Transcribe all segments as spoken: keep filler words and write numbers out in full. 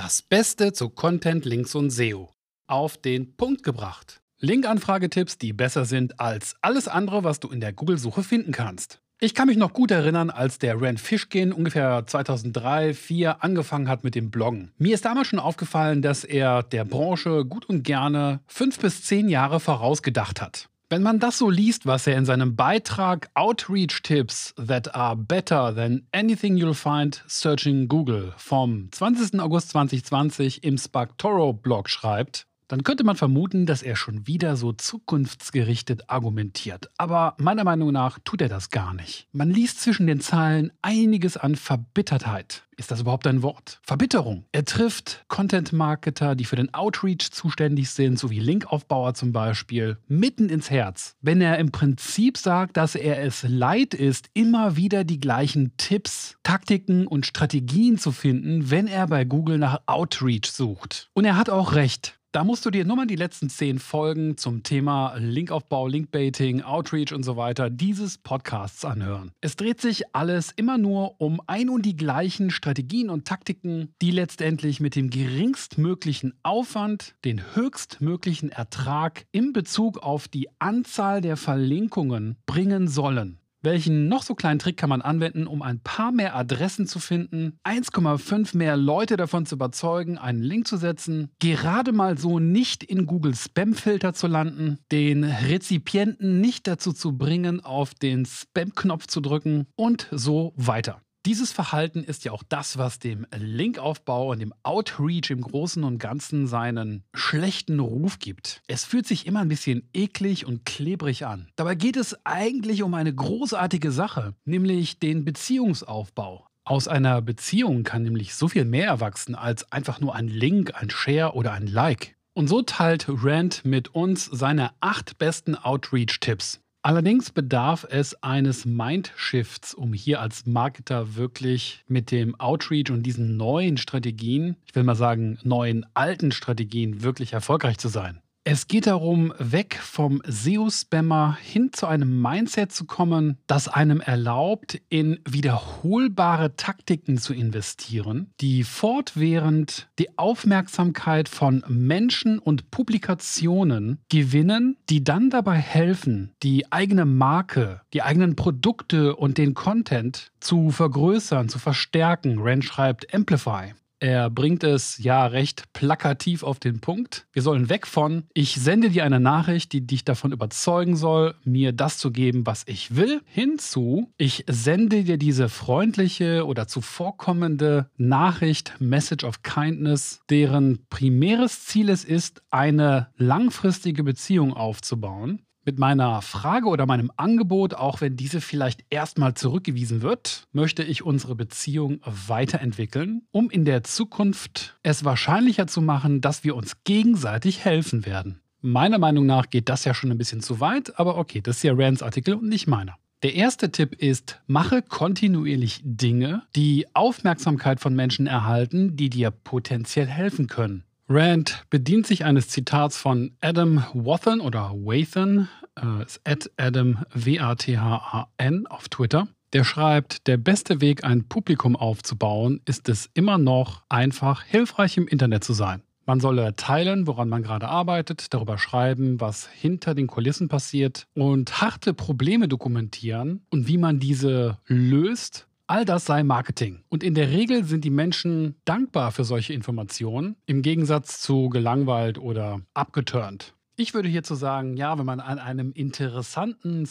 Das Beste zu Content, Links und S E O. Auf den Punkt gebracht. Link-Anfragetipps, die besser sind als alles andere, was du in der Google-Suche finden kannst. Ich kann mich noch gut erinnern, als der Rand Fishkin ungefähr zweitausenddrei zweitausendvier angefangen hat mit dem Bloggen. Mir ist damals schon aufgefallen, dass er der Branche gut und gerne fünf bis zehn Jahre vorausgedacht hat. Wenn man das so liest, was er in seinem Beitrag Outreach Tips that are better than anything you'll find searching Google vom zwanzigsten August zweitausendzwanzig im SparkToro-Blog schreibt, dann könnte man vermuten, dass er schon wieder so zukunftsgerichtet argumentiert. Aber meiner Meinung nach tut er das gar nicht. Man liest zwischen den Zeilen einiges an Verbittertheit. Ist das überhaupt ein Wort? Verbitterung. Er trifft Content-Marketer, die für den Outreach zuständig sind, sowie Linkaufbauer zum Beispiel, mitten ins Herz. Wenn er im Prinzip sagt, dass er es leid ist, immer wieder die gleichen Tipps, Taktiken und Strategien zu finden, wenn er bei Google nach Outreach sucht. Und er hat auch recht. Da musst du dir nur mal die letzten zehn Folgen zum Thema Linkaufbau, Linkbaiting, Outreach und so weiter dieses Podcasts anhören. Es dreht sich alles immer nur um ein und die gleichen Strategien und Taktiken, die letztendlich mit dem geringstmöglichen Aufwand den höchstmöglichen Ertrag in Bezug auf die Anzahl der Verlinkungen bringen sollen. Welchen noch so kleinen Trick kann man anwenden, um ein paar mehr Adressen zu finden, eins Komma fünf mehr Leute davon zu überzeugen, einen Link zu setzen, gerade mal so nicht in Google Spam-Filter zu landen, den Rezipienten nicht dazu zu bringen, auf den Spam-Knopf zu drücken und so weiter. Dieses Verhalten ist ja auch das, was dem Linkaufbau und dem Outreach im Großen und Ganzen seinen schlechten Ruf gibt. Es fühlt sich immer ein bisschen eklig und klebrig an. Dabei geht es eigentlich um eine großartige Sache, nämlich den Beziehungsaufbau. Aus einer Beziehung kann nämlich so viel mehr erwachsen als einfach nur ein Link, ein Share oder ein Like. Und so teilt Rand mit uns seine acht besten Outreach-Tipps. Allerdings bedarf es eines Mindshifts, um hier als Marketer wirklich mit dem Outreach und diesen neuen Strategien, ich will mal sagen neuen alten Strategien, wirklich erfolgreich zu sein. Es geht darum, weg vom S E O-Spammer hin zu einem Mindset zu kommen, das einem erlaubt, in wiederholbare Taktiken zu investieren, die fortwährend die Aufmerksamkeit von Menschen und Publikationen gewinnen, die dann dabei helfen, die eigene Marke, die eigenen Produkte und den Content zu vergrößern, zu verstärken. Rand schreibt Amplify. Er bringt es ja recht plakativ auf den Punkt. Wir sollen weg von, ich sende dir eine Nachricht, die dich davon überzeugen soll, mir das zu geben, was ich will, hinzu, ich sende dir diese freundliche oder zuvorkommende Nachricht, Message of Kindness, deren primäres Ziel es ist, eine langfristige Beziehung aufzubauen. Mit meiner Frage oder meinem Angebot, auch wenn diese vielleicht erstmal zurückgewiesen wird, möchte ich unsere Beziehung weiterentwickeln, um in der Zukunft es wahrscheinlicher zu machen, dass wir uns gegenseitig helfen werden. Meiner Meinung nach geht das ja schon ein bisschen zu weit, aber okay, das ist ja Rands Artikel und nicht meiner. Der erste Tipp ist, mache kontinuierlich Dinge, die Aufmerksamkeit von Menschen erhalten, die dir potenziell helfen können. Rand bedient sich eines Zitats von Adam Wathan oder Wathan, äh, ist at Adam W A T H A N auf Twitter. Der schreibt, der beste Weg, ein Publikum aufzubauen, ist es immer noch einfach, hilfreich im Internet zu sein. Man solle teilen, woran man gerade arbeitet, darüber schreiben, was hinter den Kulissen passiert und harte Probleme dokumentieren und wie man diese löst. All das sei Marketing. Und in der Regel sind die Menschen dankbar für solche Informationen, im Gegensatz zu gelangweilt oder abgeturnt. Ich würde hierzu sagen, ja, wenn man an einem interessanten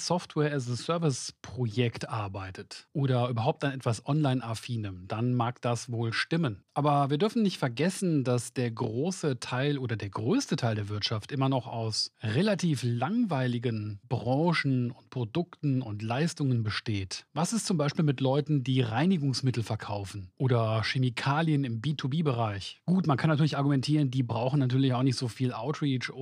Software-as-a-Service-Projekt arbeitet oder überhaupt an etwas Online-affinem, dann mag das wohl stimmen. Aber wir dürfen nicht vergessen, dass der große Teil oder der größte Teil der Wirtschaft immer noch aus relativ langweiligen Branchen und Produkten und Leistungen besteht. Was ist zum Beispiel mit Leuten, die Reinigungsmittel verkaufen oder Chemikalien im B zwei B-Bereich? Gut, man kann natürlich argumentieren, die brauchen natürlich auch nicht so viel Outreach oder Link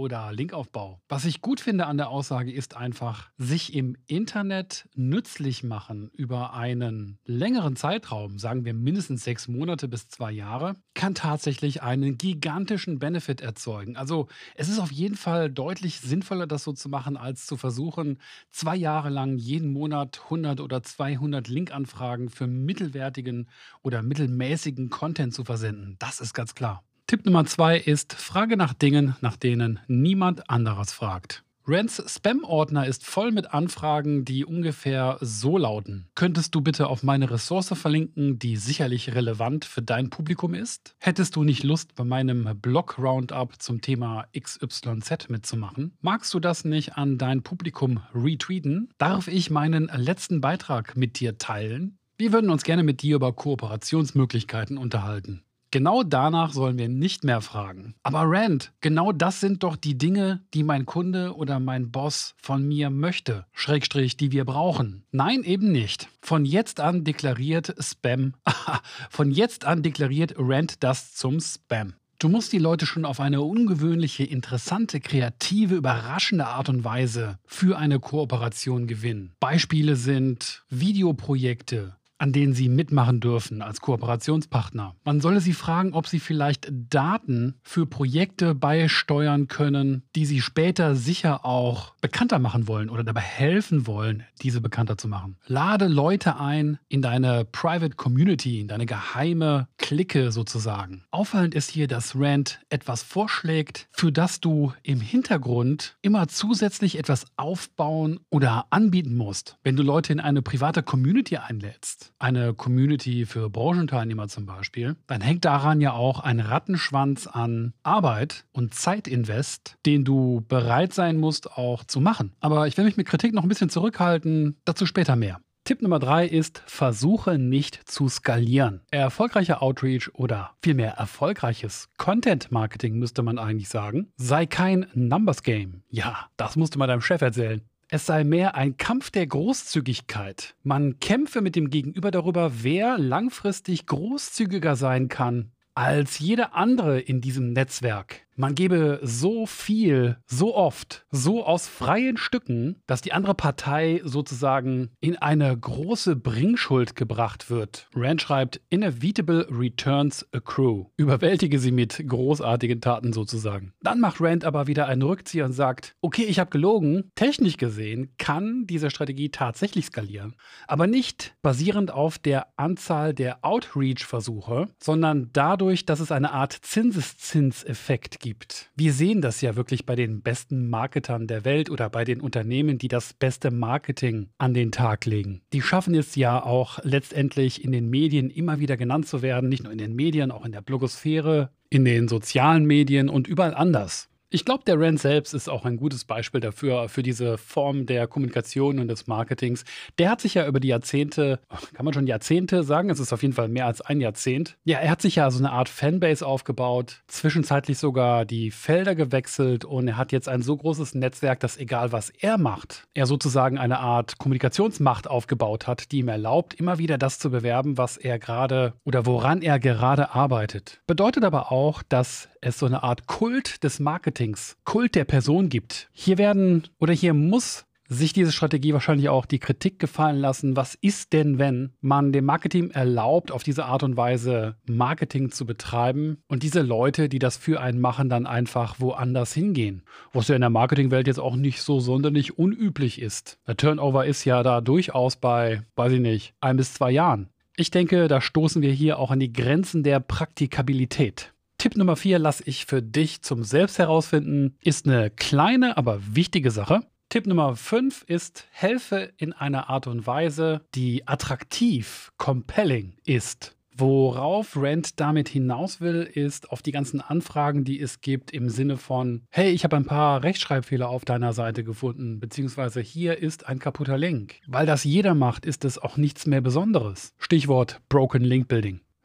Linkaufbau. Was ich gut finde an der Aussage ist einfach, sich im Internet nützlich machen über einen längeren Zeitraum, sagen wir mindestens sechs Monate bis zwei Jahre, kann tatsächlich einen gigantischen Benefit erzeugen. Also es ist auf jeden Fall deutlich sinnvoller, das so zu machen, als zu versuchen, zwei Jahre lang jeden Monat hundert oder zweihundert Linkanfragen für mittelwertigen oder mittelmäßigen Content zu versenden. Das ist ganz klar. Tipp Nummer zwei ist, frage nach Dingen, nach denen niemand anderes fragt. Rants Spam-Ordner ist voll mit Anfragen, die ungefähr so lauten. Könntest du bitte auf meine Ressource verlinken, die sicherlich relevant für dein Publikum ist? Hättest du nicht Lust, bei meinem Blog-Roundup zum Thema X Y Z mitzumachen? Magst du das nicht an dein Publikum retweeten? Darf ich meinen letzten Beitrag mit dir teilen? Wir würden uns gerne mit dir über Kooperationsmöglichkeiten unterhalten. Genau danach sollen wir nicht mehr fragen. Aber Rant, genau das sind doch die Dinge, die mein Kunde oder mein Boss von mir möchte, Schrägstrich, die wir brauchen. Nein, eben nicht. Von jetzt an deklariert Spam, von jetzt an deklariert Rant das zum Spam. Du musst die Leute schon auf eine ungewöhnliche, interessante, kreative, überraschende Art und Weise für eine Kooperation gewinnen. Beispiele sind Videoprojekte, an denen sie mitmachen dürfen als Kooperationspartner. Man solle sie fragen, ob sie vielleicht Daten für Projekte beisteuern können, die sie später sicher auch bekannter machen wollen oder dabei helfen wollen, diese bekannter zu machen. Lade Leute ein in deine Private Community, in deine geheime Clique sozusagen. Auffallend ist hier, dass Rant etwas vorschlägt, für das du im Hintergrund immer zusätzlich etwas aufbauen oder anbieten musst. Wenn du Leute in eine private Community einlädst, eine Community für Branchenteilnehmer zum Beispiel, dann hängt daran ja auch ein Rattenschwanz an Arbeit und Zeitinvest, den du bereit sein musst auch zu machen. Aber ich will mich mit Kritik noch ein bisschen zurückhalten, dazu später mehr. Tipp Nummer drei ist, versuche nicht zu skalieren. Erfolgreicher Outreach oder vielmehr erfolgreiches Content-Marketing, müsste man eigentlich sagen, sei kein Numbers-Game. Ja, das musst du mal deinem Chef erzählen. Es sei mehr ein Kampf der Großzügigkeit. Man kämpfe mit dem Gegenüber darüber, wer langfristig großzügiger sein kann als jeder andere in diesem Netzwerk. Man gebe so viel, so oft, so aus freien Stücken, dass die andere Partei sozusagen in eine große Bringschuld gebracht wird. Rand schreibt, inevitable returns accrue. Überwältige sie mit großartigen Taten sozusagen. Dann macht Rand aber wieder einen Rückzieher und sagt, okay, ich habe gelogen. Technisch gesehen kann diese Strategie tatsächlich skalieren, aber nicht basierend auf der Anzahl der Outreach-Versuche, sondern dadurch, dass es eine Art Zinseszinseffekt gibt. Wir sehen das ja wirklich bei den besten Marketern der Welt oder bei den Unternehmen, die das beste Marketing an den Tag legen. Die schaffen es ja auch letztendlich in den Medien immer wieder genannt zu werden, nicht nur in den Medien, auch in der Blogosphäre, in den sozialen Medien und überall anders. Ich glaube, der Rand selbst ist auch ein gutes Beispiel dafür, für diese Form der Kommunikation und des Marketings. Der hat sich ja über die Jahrzehnte, kann man schon Jahrzehnte sagen, es ist auf jeden Fall mehr als ein Jahrzehnt. Ja, er hat sich ja so eine Art Fanbase aufgebaut, zwischenzeitlich sogar die Felder gewechselt und er hat jetzt ein so großes Netzwerk, dass egal was er macht, er sozusagen eine Art Kommunikationsmacht aufgebaut hat, die ihm erlaubt, immer wieder das zu bewerben, was er gerade oder woran er gerade arbeitet. Bedeutet aber auch, dass es so eine Art Kult des Marketings, Kult der Person gibt. Hier werden oder hier muss sich diese Strategie wahrscheinlich auch die Kritik gefallen lassen. Was ist denn, wenn man dem Marketing erlaubt, auf diese Art und Weise Marketing zu betreiben und diese Leute, die das für einen machen, dann einfach woanders hingehen? Was ja in der Marketingwelt jetzt auch nicht so sonderlich unüblich ist. Der Turnover ist ja da durchaus bei, weiß ich nicht, ein bis zwei Jahren. Ich denke, da stoßen wir hier auch an die Grenzen der Praktikabilität. Tipp Nummer vier lasse ich für dich zum Selbst herausfinden, ist eine kleine, aber wichtige Sache. Tipp Nummer fünf ist, helfe in einer Art und Weise, die attraktiv, compelling ist. Worauf Rand damit hinaus will, ist auf die ganzen Anfragen, die es gibt im Sinne von, hey, ich habe ein paar Rechtschreibfehler auf deiner Seite gefunden, beziehungsweise hier ist ein kaputter Link. Weil das jeder macht, ist es auch nichts mehr Besonderes. Stichwort Broken Link Building.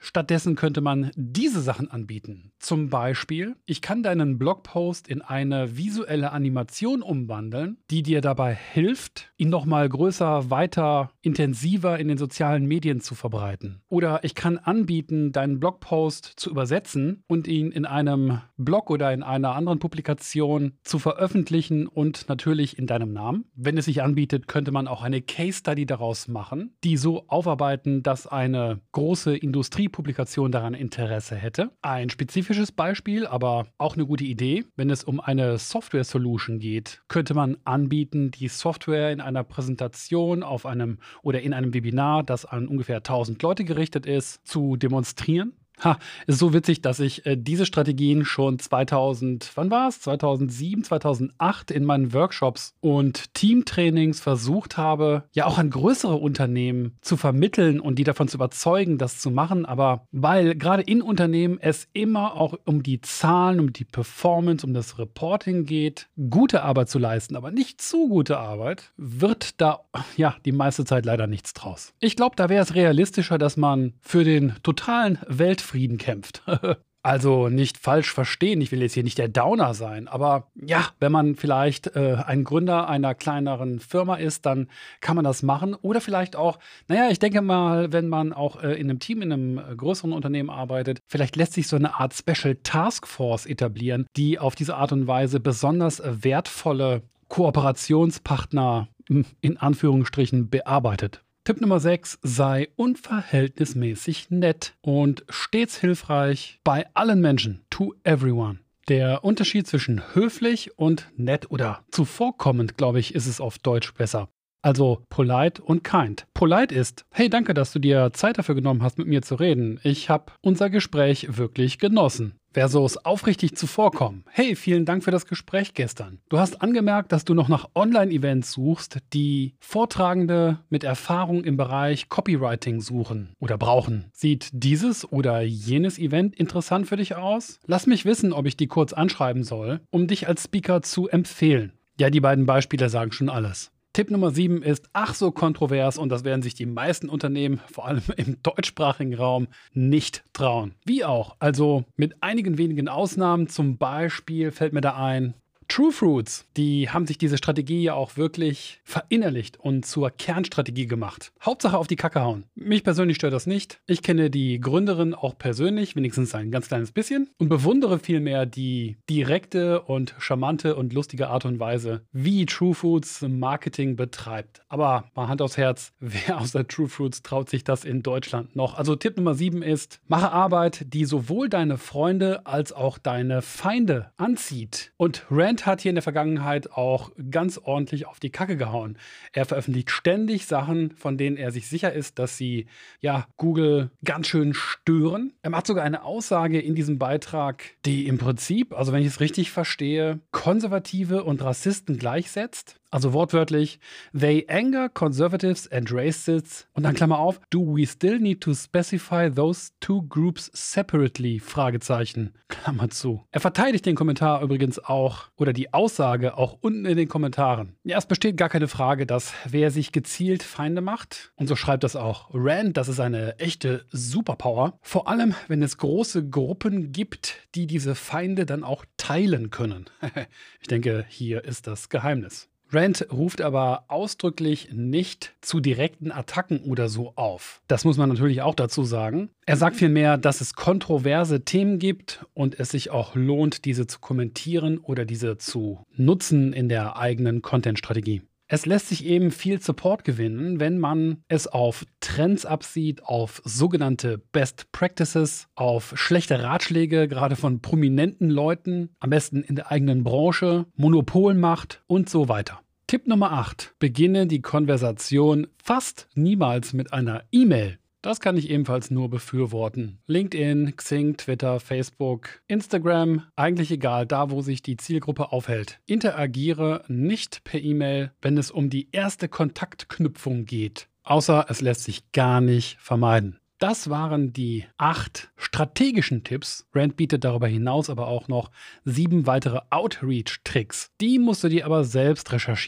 Stattdessen könnte man diese Sachen anbieten. Zum Beispiel, ich kann deinen Blogpost in eine visuelle Animation umwandeln, die dir dabei hilft, ihn nochmal größer, weiter, intensiver in den sozialen Medien zu verbreiten. Oder ich kann anbieten, deinen Blogpost zu übersetzen und ihn in einem Blog oder in einer anderen Publikation zu veröffentlichen und natürlich in deinem Namen. Wenn es sich anbietet, könnte man auch eine Case Study daraus machen, die so aufarbeiten, dass eine große Industriepublikation daran Interesse hätte. Ein spezifisches Beispiel, aber auch eine gute Idee. Wenn es um eine Software-Solution geht, könnte man anbieten, die Software in einer Präsentation auf einem oder in einem Webinar, das an ungefähr tausend Leute gerichtet ist, zu demonstrieren. Ha, ist so witzig, dass ich äh, diese Strategien schon zweitausend, wann war es? zweitausendsieben, zweitausendacht in meinen Workshops und Teamtrainings versucht habe, ja auch an größere Unternehmen zu vermitteln und die davon zu überzeugen, das zu machen. Aber weil gerade in Unternehmen es immer auch um die Zahlen, um die Performance, um das Reporting geht, gute Arbeit zu leisten, aber nicht zu gute Arbeit, wird da ja die meiste Zeit leider nichts draus. Ich glaube, da wäre es realistischer, dass man für den totalen Weltfrieden Frieden kämpft. Also nicht falsch verstehen, ich will jetzt hier nicht der Downer sein, aber ja, wenn man vielleicht äh, ein Gründer einer kleineren Firma ist, dann kann man das machen. Oder vielleicht auch, naja, ich denke mal, wenn man auch äh, in einem Team, in einem äh, größeren Unternehmen arbeitet, vielleicht lässt sich so eine Art Special Task Force etablieren, die auf diese Art und Weise besonders äh, wertvolle Kooperationspartner in Anführungsstrichen bearbeitet. Tipp Nummer sechs, sei unverhältnismäßig nett und stets hilfreich bei allen Menschen, to everyone. Der Unterschied zwischen höflich und nett oder zuvorkommend, glaube ich, ist es auf Deutsch besser. Also polite und kind. Polite ist, hey, danke, dass du dir Zeit dafür genommen hast, mit mir zu reden. Ich habe unser Gespräch wirklich genossen. Versus aufrichtig zuvorkommen. Hey, vielen Dank für das Gespräch gestern. Du hast angemerkt, dass du noch nach Online-Events suchst, die Vortragende mit Erfahrung im Bereich Copywriting suchen oder brauchen. Sieht dieses oder jenes Event interessant für dich aus? Lass mich wissen, ob ich die kurz anschreiben soll, um dich als Speaker zu empfehlen. Ja, die beiden Beispiele sagen schon alles. Tipp Nummer sieben ist ach so kontrovers und das werden sich die meisten Unternehmen, vor allem im deutschsprachigen Raum, nicht trauen. Wie auch, also mit einigen wenigen Ausnahmen, zum Beispiel fällt mir da ein, True Fruits, die haben sich diese Strategie ja auch wirklich verinnerlicht und zur Kernstrategie gemacht. Hauptsache auf die Kacke hauen. Mich persönlich stört das nicht. Ich kenne die Gründerin auch persönlich, wenigstens ein ganz kleines bisschen, und bewundere vielmehr die direkte und charmante und lustige Art und Weise, wie True Fruits Marketing betreibt. Aber mal Hand aufs Herz, wer außer True Fruits traut sich das in Deutschland noch? Also Tipp Nummer sieben ist, mache Arbeit, die sowohl deine Freunde als auch deine Feinde anzieht. Und Rand hat hier in der Vergangenheit auch ganz ordentlich auf die Kacke gehauen. Er veröffentlicht ständig Sachen, von denen er sich sicher ist, dass sie ja Google ganz schön stören. Er macht sogar eine Aussage in diesem Beitrag, die im Prinzip, also wenn ich es richtig verstehe, Konservative und Rassisten gleichsetzt. Also wortwörtlich, they anger conservatives and racists. Und dann Klammer auf, do we still need to specify those two groups separately? Fragezeichen, Klammer zu. Er verteidigt den Kommentar übrigens auch, oder die Aussage auch unten in den Kommentaren. Ja, es besteht gar keine Frage, dass wer sich gezielt Feinde macht, und so schreibt das auch Rand, das ist eine echte Superpower. Vor allem, wenn es große Gruppen gibt, die diese Feinde dann auch teilen können. Ich denke, hier ist das Geheimnis. Rand ruft aber ausdrücklich nicht zu direkten Attacken oder so auf. Das muss man natürlich auch dazu sagen. Er sagt vielmehr, dass es kontroverse Themen gibt und es sich auch lohnt, diese zu kommentieren oder diese zu nutzen in der eigenen Content-Strategie. Es lässt sich eben viel Support gewinnen, wenn man es auf Trends absieht, auf sogenannte Best Practices, auf schlechte Ratschläge, gerade von prominenten Leuten, am besten in der eigenen Branche, Monopolmacht und so weiter. Tipp Nummer acht. Beginne die Konversation fast niemals mit einer E-Mail. Das kann ich ebenfalls nur befürworten. LinkedIn, Xing, Twitter, Facebook, Instagram, eigentlich egal, da wo sich die Zielgruppe aufhält. Interagiere nicht per E-Mail, wenn es um die erste Kontaktknüpfung geht. Außer es lässt sich gar nicht vermeiden. Das waren die acht strategischen Tipps. Rand bietet darüber hinaus aber auch noch sieben weitere Outreach-Tricks. Die musst du dir aber selbst recherchieren.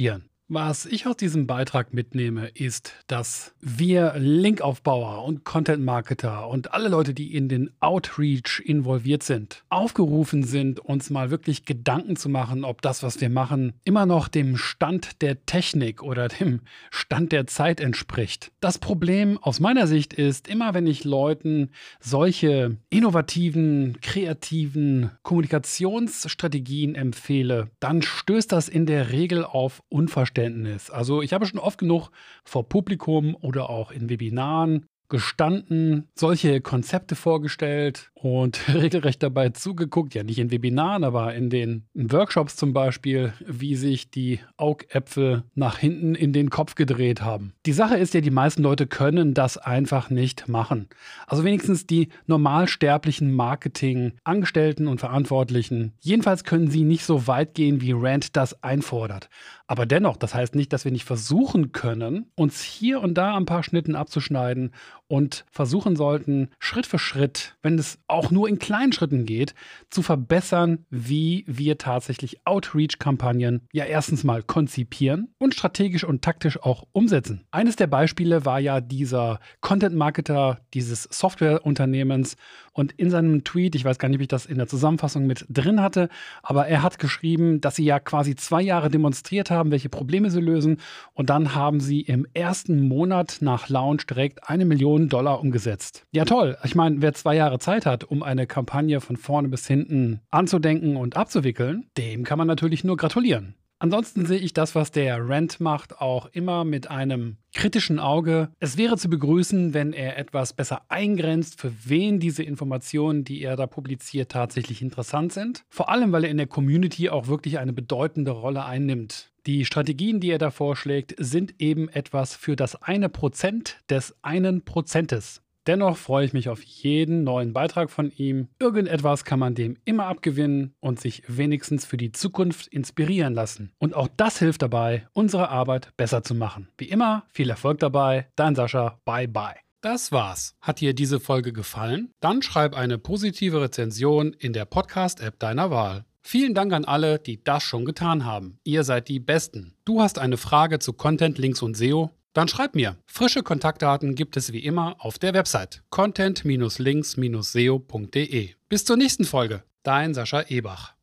Was ich aus diesem Beitrag mitnehme, ist, dass wir Linkaufbauer und Content-Marketer und alle Leute, die in den Outreach involviert sind, aufgerufen sind, uns mal wirklich Gedanken zu machen, ob das, was wir machen, immer noch dem Stand der Technik oder dem Stand der Zeit entspricht. Das Problem aus meiner Sicht ist, immer wenn ich Leuten solche innovativen, kreativen Kommunikationsstrategien empfehle, dann stößt das in der Regel auf Unverständnis. Also ich habe schon oft genug vor Publikum oder auch in Webinaren gestanden, solche Konzepte vorgestellt und regelrecht dabei zugeguckt, ja nicht in Webinaren, aber in den Workshops zum Beispiel, wie sich die Augäpfel nach hinten in den Kopf gedreht haben. Die Sache ist ja, die meisten Leute können das einfach nicht machen. Also wenigstens die normalsterblichen Marketing-Angestellten und Verantwortlichen. Jedenfalls können sie nicht so weit gehen, wie Rand das einfordert. Aber dennoch, das heißt nicht, dass wir nicht versuchen können, uns hier und da ein paar Schnitten abzuschneiden und versuchen sollten, Schritt für Schritt, wenn es auch nur in kleinen Schritten geht, zu verbessern, wie wir tatsächlich Outreach-Kampagnen ja erstens mal konzipieren und strategisch und taktisch auch umsetzen. Eines der Beispiele war ja dieser Content-Marketer dieses Softwareunternehmens und in seinem Tweet, ich weiß gar nicht, ob ich das in der Zusammenfassung mit drin hatte, aber er hat geschrieben, dass sie ja quasi zwei Jahre demonstriert haben, welche Probleme sie lösen und dann haben sie im ersten Monat nach Launch direkt eine Million Dollar umgesetzt. Ja toll, ich meine, wer zwei Jahre Zeit hat, um eine Kampagne von vorne bis hinten anzudenken und abzuwickeln, dem kann man natürlich nur gratulieren. Ansonsten sehe ich das, was der Rand macht, auch immer mit einem kritischen Auge. Es wäre zu begrüßen, wenn er etwas besser eingrenzt, für wen diese Informationen, die er da publiziert, tatsächlich interessant sind. Vor allem, weil er in der Community auch wirklich eine bedeutende Rolle einnimmt. Die Strategien, die er da vorschlägt, sind eben etwas für das eine Prozent des einen Prozentes. Dennoch freue ich mich auf jeden neuen Beitrag von ihm. Irgendetwas kann man dem immer abgewinnen und sich wenigstens für die Zukunft inspirieren lassen. Und auch das hilft dabei, unsere Arbeit besser zu machen. Wie immer, viel Erfolg dabei. Dein Sascha. Bye bye. Das war's. Hat dir diese Folge gefallen? Dann schreib eine positive Rezension in der Podcast-App deiner Wahl. Vielen Dank an alle, die das schon getan haben. Ihr seid die Besten. Du hast eine Frage zu Content, Links und S E O? Dann schreib mir. Frische Kontaktdaten gibt es wie immer auf der Website content Bindestrich links Bindestrich S E O punkt de. Bis zur nächsten Folge. Dein Sascha Ebach.